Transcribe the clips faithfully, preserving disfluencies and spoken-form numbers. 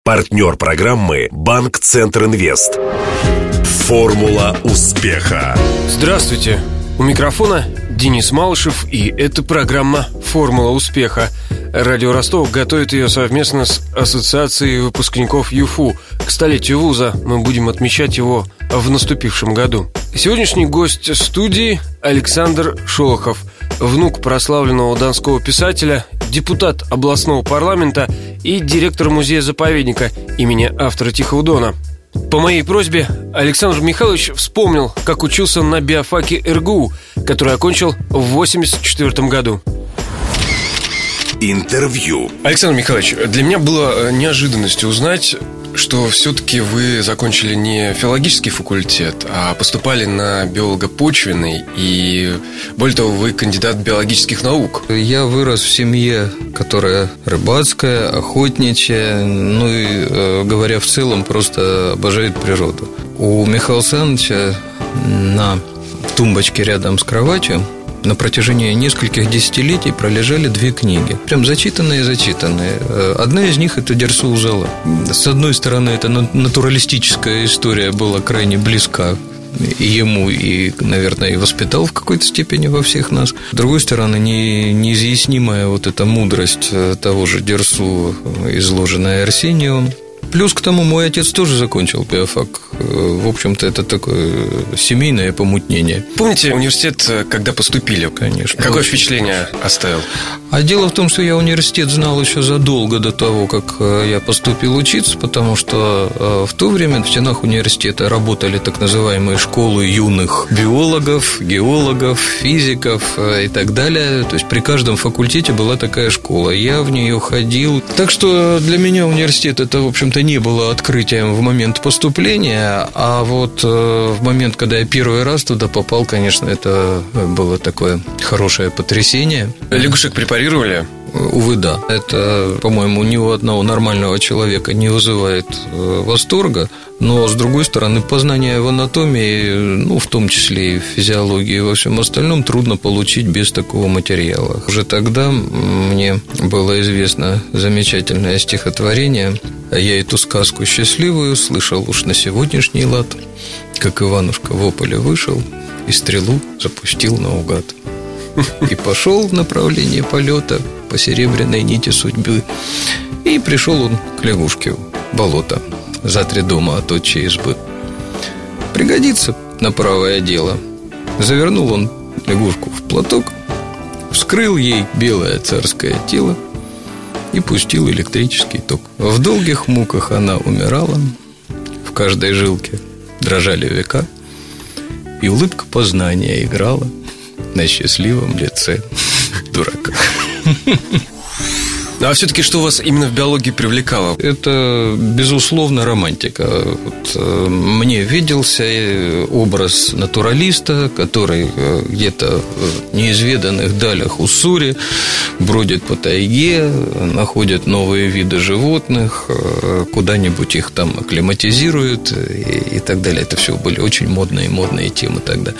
Партнер программы «Банк Центр Инвест». Формула успеха. Здравствуйте. У микрофона Денис Малышев, и это программа «Формула успеха». Радио Ростов готовит ее совместно с Ассоциацией выпускников ЮФУ. К столетию вуза мы будем отмечать его в наступившем году. Сегодняшний гость студии Александр Шолохов, внук прославленного донского писателя, депутат областного парламента и директор музея-заповедника имени автора «Тихого Дона». По моей просьбе Александр Михайлович вспомнил, как учился на биофаке эр гэ у, который окончил в восемьдесят четвёртом году. Интервью. Александр Михайлович, для меня было неожиданностью узнать, что все-таки вы закончили не филологический факультет, а поступали на биолого-почвенный. И, более того, вы кандидат биологических наук. Я вырос в семье, которая рыбацкая, охотничья. Ну и, говоря в целом, просто обожает природу. У Михаила Александровича на тумбочке рядом с кроватью на протяжении нескольких десятилетий пролежали две книги. Прям зачитанные-зачитанные. Одна из них – это «Дерсу Узала». С одной стороны, это натуралистическая история была крайне близка и ему, и, наверное, и воспитал в какой-то степени во всех нас. С другой стороны, не, неизъяснимая вот эта мудрость того же Дерсу, изложенная Арсениевым. Плюс к тому, мой отец тоже закончил биофак. В общем-то, это такое семейное помутнение. Помните университет, когда поступили? Конечно. Какое впечатление оставил? А дело в том, что я университет знал еще задолго до того, как я поступил учиться, потому что в то время в стенах университета работали так называемые школы юных биологов, геологов, физиков и так далее. То есть при каждом факультете была такая школа. Я в нее ходил. Так что для меня университет – это, в общем-то, не было открытием в момент поступления, а вот в момент, когда я первый раз туда попал, конечно, это было такое хорошее потрясение. Лягушек препарировали? Увы, да. Это, по-моему, ни у одного нормального человека не вызывает восторга. Но, с другой стороны, познание в анатомии, ну, в том числе и в физиологии и во всем остальном, трудно получить без такого материала. Уже тогда мне было известно замечательное стихотворение. Я эту сказку счастливую слышал уж на сегодняшний лад, как Иванушка в ополе вышел и стрелу запустил наугад. И пошел в направлении полета по серебряной нити судьбы. И пришел он к лягушке в болото за три дома от отчей избы. Пригодится на правое дело. Завернул он лягушку в платок, вскрыл ей белое царское тело и пустил электрический ток. В долгих муках она умирала, в каждой жилке дрожали века, и улыбка познания играла на счастливом лице дурака. А все-таки что вас именно в биологии привлекало? Это, безусловно, романтика. Вот, мне виделся образ натуралиста, который где-то в неизведанных далях Уссури бродит по тайге, находит новые виды животных, куда-нибудь их там акклиматизирует и, и так далее. Это все были очень модные, модные темы тогда.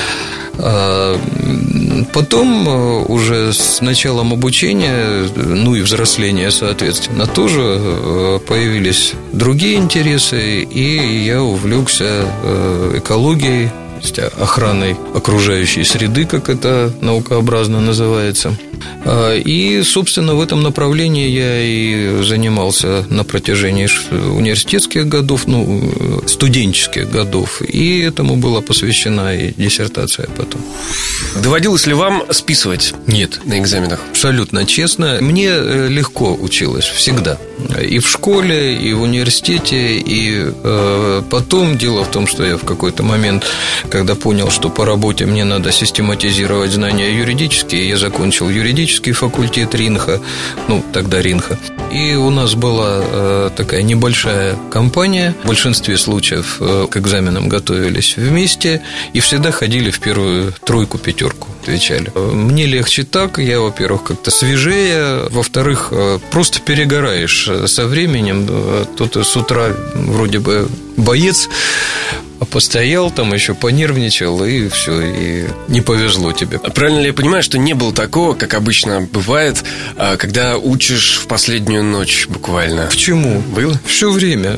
Потом уже с началом обучения, ну и взросления, соответственно, тоже появились другие интересы, и я увлекся экологией, охраной окружающей среды, как это наукообразно называется. И, собственно, в этом направлении я и занимался на протяжении университетских годов, ну, студенческих годов, и этому была посвящена и диссертация потом. Доводилось ли вам списывать? Нет. На экзаменах? Абсолютно честно. Мне легко училось всегда. И в школе, и в университете, и э, потом. Дело в том, что я в какой-то момент, когда понял, что по работе мне надо систематизировать знания юридические, я закончил юридический факультет РИНХа, ну, тогда РИНХа. И у нас была э, такая небольшая компания. В большинстве случаев э, к экзаменам готовились вместе и всегда ходили в первую тройку-пятерку, отвечали. Мне легче так, я, во-первых, как-то свежее, во-вторых, э, просто перегораешь со временем. Тут с утра вроде бы боец, А постоял там, еще понервничал, и все, и не повезло тебе. Правильно ли я понимаю, что не было такого, как обычно бывает, когда учишь в последнюю ночь буквально? Почему? Было? Все время.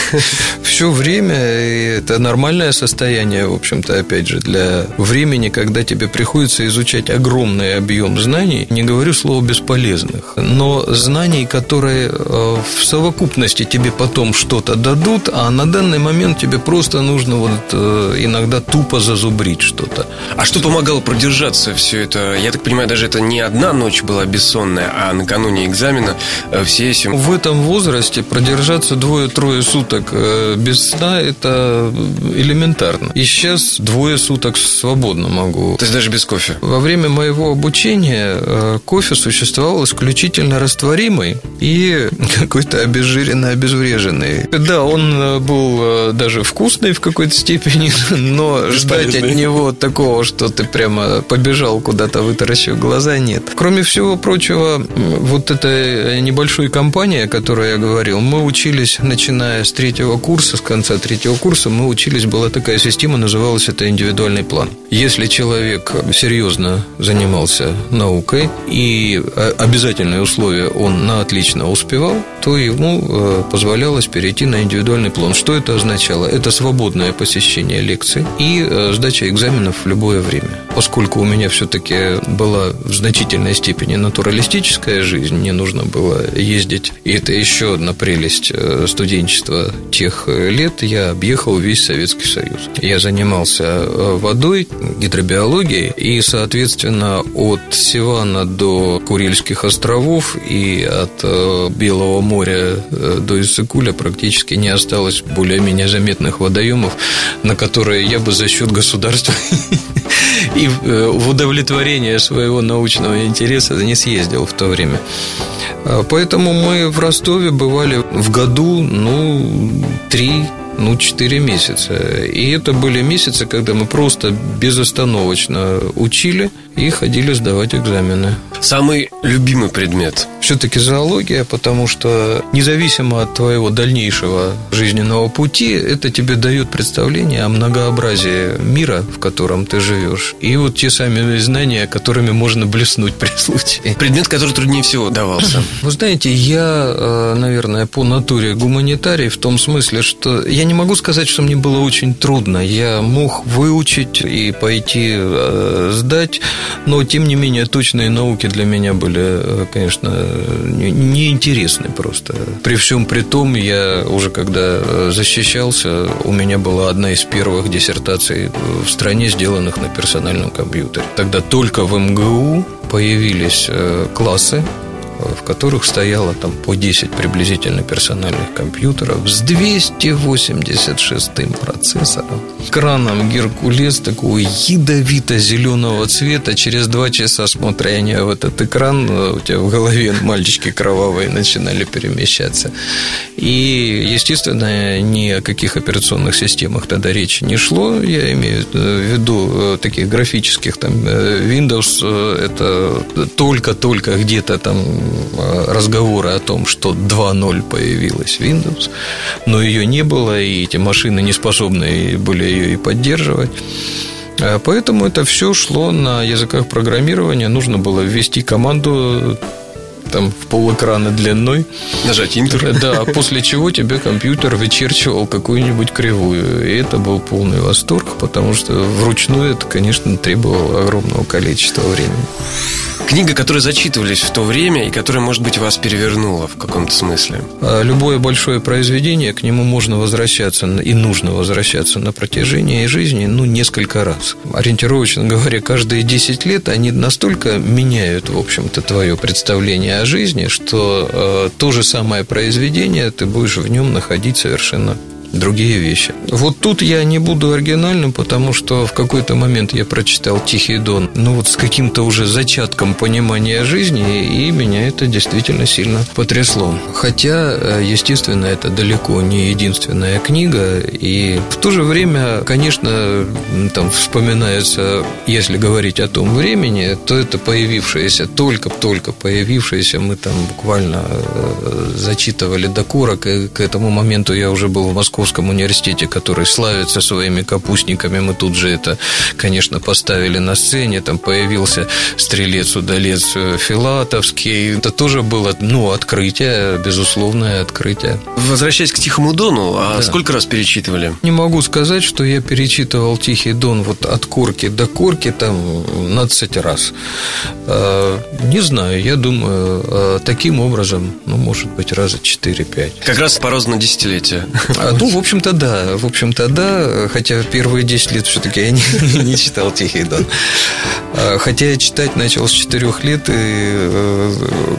Все время, и это нормальное состояние, в общем-то, опять же, для времени, когда тебе приходится изучать огромный объем знаний. Не говорю слово бесполезных, но знаний, которые в совокупности тебе потом что-то дадут, а на данный момент тебе просто нужно вот иногда тупо зазубрить что-то. А что помогало продержаться все это? Я так понимаю, даже это не одна ночь была бессонная, а накануне экзамена все эти... В этом возрасте продержаться двое-трое суток без сна – это элементарно. И сейчас двое суток свободно могу. То есть даже без кофе? Во время моего обучения кофе существовал исключительно растворимый и какой-то обезжиренный, обезвреженный. Да, он был даже вкусный в какой-то степени, но ждать от него такого, что ты прямо побежал куда-то, вытаращив глаза, нет. Кроме всего прочего, вот эта небольшая компания, о которой я говорил, мы учились, начиная с третьего курса, с конца третьего курса, мы учились, была такая система, называлась это индивидуальный план. Если человек серьезно занимался наукой и обязательные условия он на отлично успевал, то ему позволялось перейти на индивидуальный план. Что это означало? Это свободное посещение лекций и сдача экзаменов в любое время. Поскольку у меня все-таки была в значительной степени натуралистическая жизнь, мне нужно было ездить, и это еще одна прелесть студенчества тех лет, я объехал весь Советский Союз. Я занимался водой, гидробиологией, и, соответственно, от Севана до Курильских островов и от Белого моря до Иссык-Куля практически не осталось более-менее заметных водоемов, на которые я бы за счет государства и в удовлетворение своего научного интереса не съездил в то время. Поэтому мы в Ростове бывали в году, ну, три, ну, четыре месяца. И это были месяцы, когда мы просто безостановочно учили и ходили сдавать экзамены. Самый любимый предмет? Все-таки зоология, потому что независимо от твоего дальнейшего жизненного пути, это тебе дает представление о многообразии мира, в котором ты живешь. И вот те самые знания, которыми можно блеснуть при случае. Предмет, который труднее всего давался? Вы знаете, я, наверное, по натуре гуманитарий в том смысле, что я не могу сказать, что мне было очень трудно. Я мог выучить и пойти сдать, но, тем не менее, точные науки для меня были, конечно, неинтересны просто. При всем при том, я уже когда защищался, у меня была одна из первых диссертаций в стране, сделанных на персональном компьютере. Тогда только в эм гэ у появились классы, в которых стояло там по десять приблизительно персональных компьютеров с двести восемьдесят шестым процессором, экраном Геркулес такого ядовито-зеленого цвета. Через два часа смотрения в этот экран у тебя в голове мальчики кровавые начинали перемещаться. И, естественно, ни о каких операционных системах тогда речи не шло. Я имею в виду таких графических, там, Windows, это только-только где-то там разговоры о том, что два ноль появилась Windows, но ее не было, и эти машины не способны были ее и поддерживать. Поэтому это все шло на языках программирования. Нужно было ввести команду там в полэкрана длиной, нажать Enter. Да, после чего тебе компьютер вычерчивал какую-нибудь кривую. И это был полный восторг, потому что вручную это, конечно, требовало огромного количества времени. Книга, которые зачитывались в то время и которая, может быть, вас перевернула в каком-то смысле? Любое большое произведение, к нему можно возвращаться и нужно возвращаться на протяжении жизни, ну, несколько раз. Ориентировочно говоря, каждые десять лет они настолько меняют, в общем-то, твое представление о жизни, что э, то же самое произведение ты будешь в нем находить совершенно другие вещи. Вот тут я не буду оригинальным, потому что в какой-то момент я прочитал «Тихий Дон», ну вот с каким-то уже зачатком понимания жизни, и меня это действительно сильно потрясло. Хотя, естественно, это далеко не единственная книга, и в то же время, конечно, там вспоминается, если говорить о том времени, то это появившееся, только-только появившееся, мы там буквально зачитывали до корок, и к этому моменту я уже был в Москве Московском университете, который славится своими капустниками. Мы тут же это, конечно, поставили на сцене. Там появился стрелец-удалец Филатовский. Это тоже было, ну, открытие, безусловное открытие. Возвращаясь к «Тихому дону», а да. сколько раз перечитывали? Не могу сказать, что я перечитывал «Тихий дон» вот от корки до корки там двадцать раз. Не знаю, я думаю, таким образом, ну, может быть, раза четыре-пять. Как раз по розному десятилетию. А, ну, в общем-то, да. В общем-то, да. Хотя первые десять лет все-таки я не, не читал «Тихий дон». Хотя я читать начал с четырех лет, и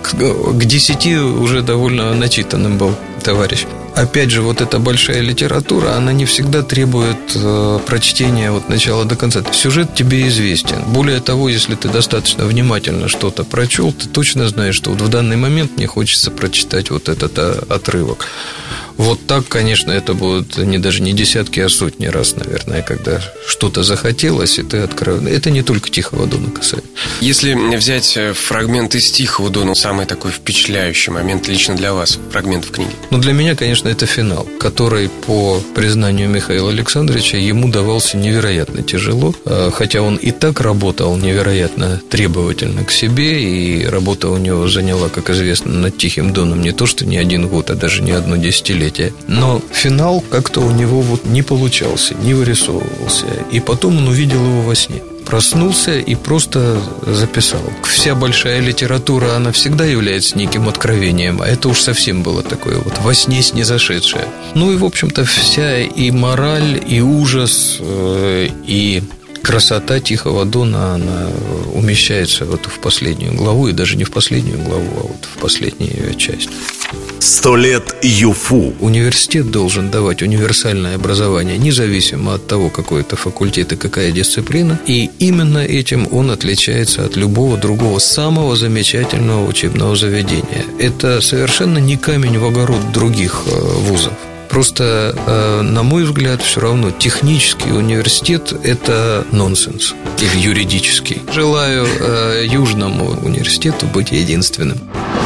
к десяти уже довольно начитанным был товарищ. Опять же, вот эта большая литература, она не всегда требует э, прочтения от начала до конца. Сюжет тебе известен. Более того, если ты достаточно внимательно что-то прочел, ты точно знаешь, что вот в данный момент мне хочется прочитать вот этот а, отрывок. Вот так, конечно, это будут не даже не десятки, а сотни раз, наверное, когда что-то захотелось, и ты открываешь. Это не только «Тихого дона» касается. Если взять фрагмент из «Тихого дона», самый такой впечатляющий момент лично для вас, фрагмент в книге? Ну, для меня, конечно, это финал, который, по признанию Михаила Александровича, ему давался невероятно тяжело. Хотя он и так работал невероятно требовательно к себе, и работа у него заняла, как известно, над «Тихим доном» не то, что не один год, а даже не одно десятилетие. Но финал как-то у него вот не получался, не вырисовывался. И потом он увидел его во сне. Проснулся и просто записал. Вся большая литература, она всегда является неким откровением, а это уж совсем было такое вот во сне снизошедшее. Ну и, в общем-то, вся и мораль, и ужас, и красота «Тихого дона», она умещается вот в последнюю главу, и даже не в последнюю главу, а вот в последнюю ее часть. Сто лет ЮФУ. Университет должен давать универсальное образование, независимо от того, какой это факультет и какая дисциплина. И именно этим он отличается от любого другого самого замечательного учебного заведения. Это совершенно не камень в огород других вузов. Просто, на мой взгляд, все равно технический университет – это нонсенс. Или юридический. Желаю Южному университету быть единственным.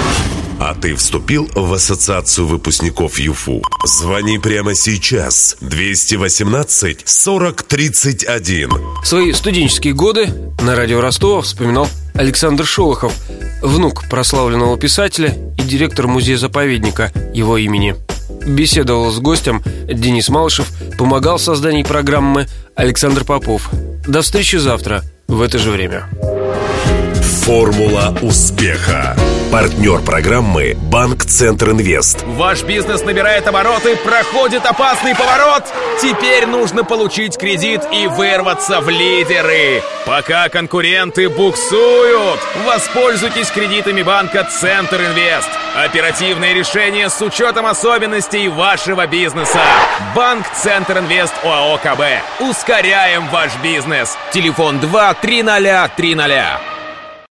А ты вступил в ассоциацию выпускников ЮФУ? Звони прямо сейчас. двести восемнадцать сорок тридцать один. Свои студенческие годы на радио Ростова вспоминал Александр Шолохов, внук прославленного писателя и директор музея-заповедника его имени. Беседовал с гостем Денис Малышев, помогал в создании программы Александр Попов. До встречи завтра в это же время. Формула успеха. Партнер программы «Банк Центр Инвест». Ваш бизнес набирает обороты, проходит опасный поворот. Теперь нужно получить кредит и вырваться в лидеры. Пока конкуренты буксуют, воспользуйтесь кредитами банка Центр Инвест. Оперативные решения с учетом особенностей вашего бизнеса. Банк Центр Инвест ОАО КБ. Ускоряем ваш бизнес. Телефон два три ноль три ноль.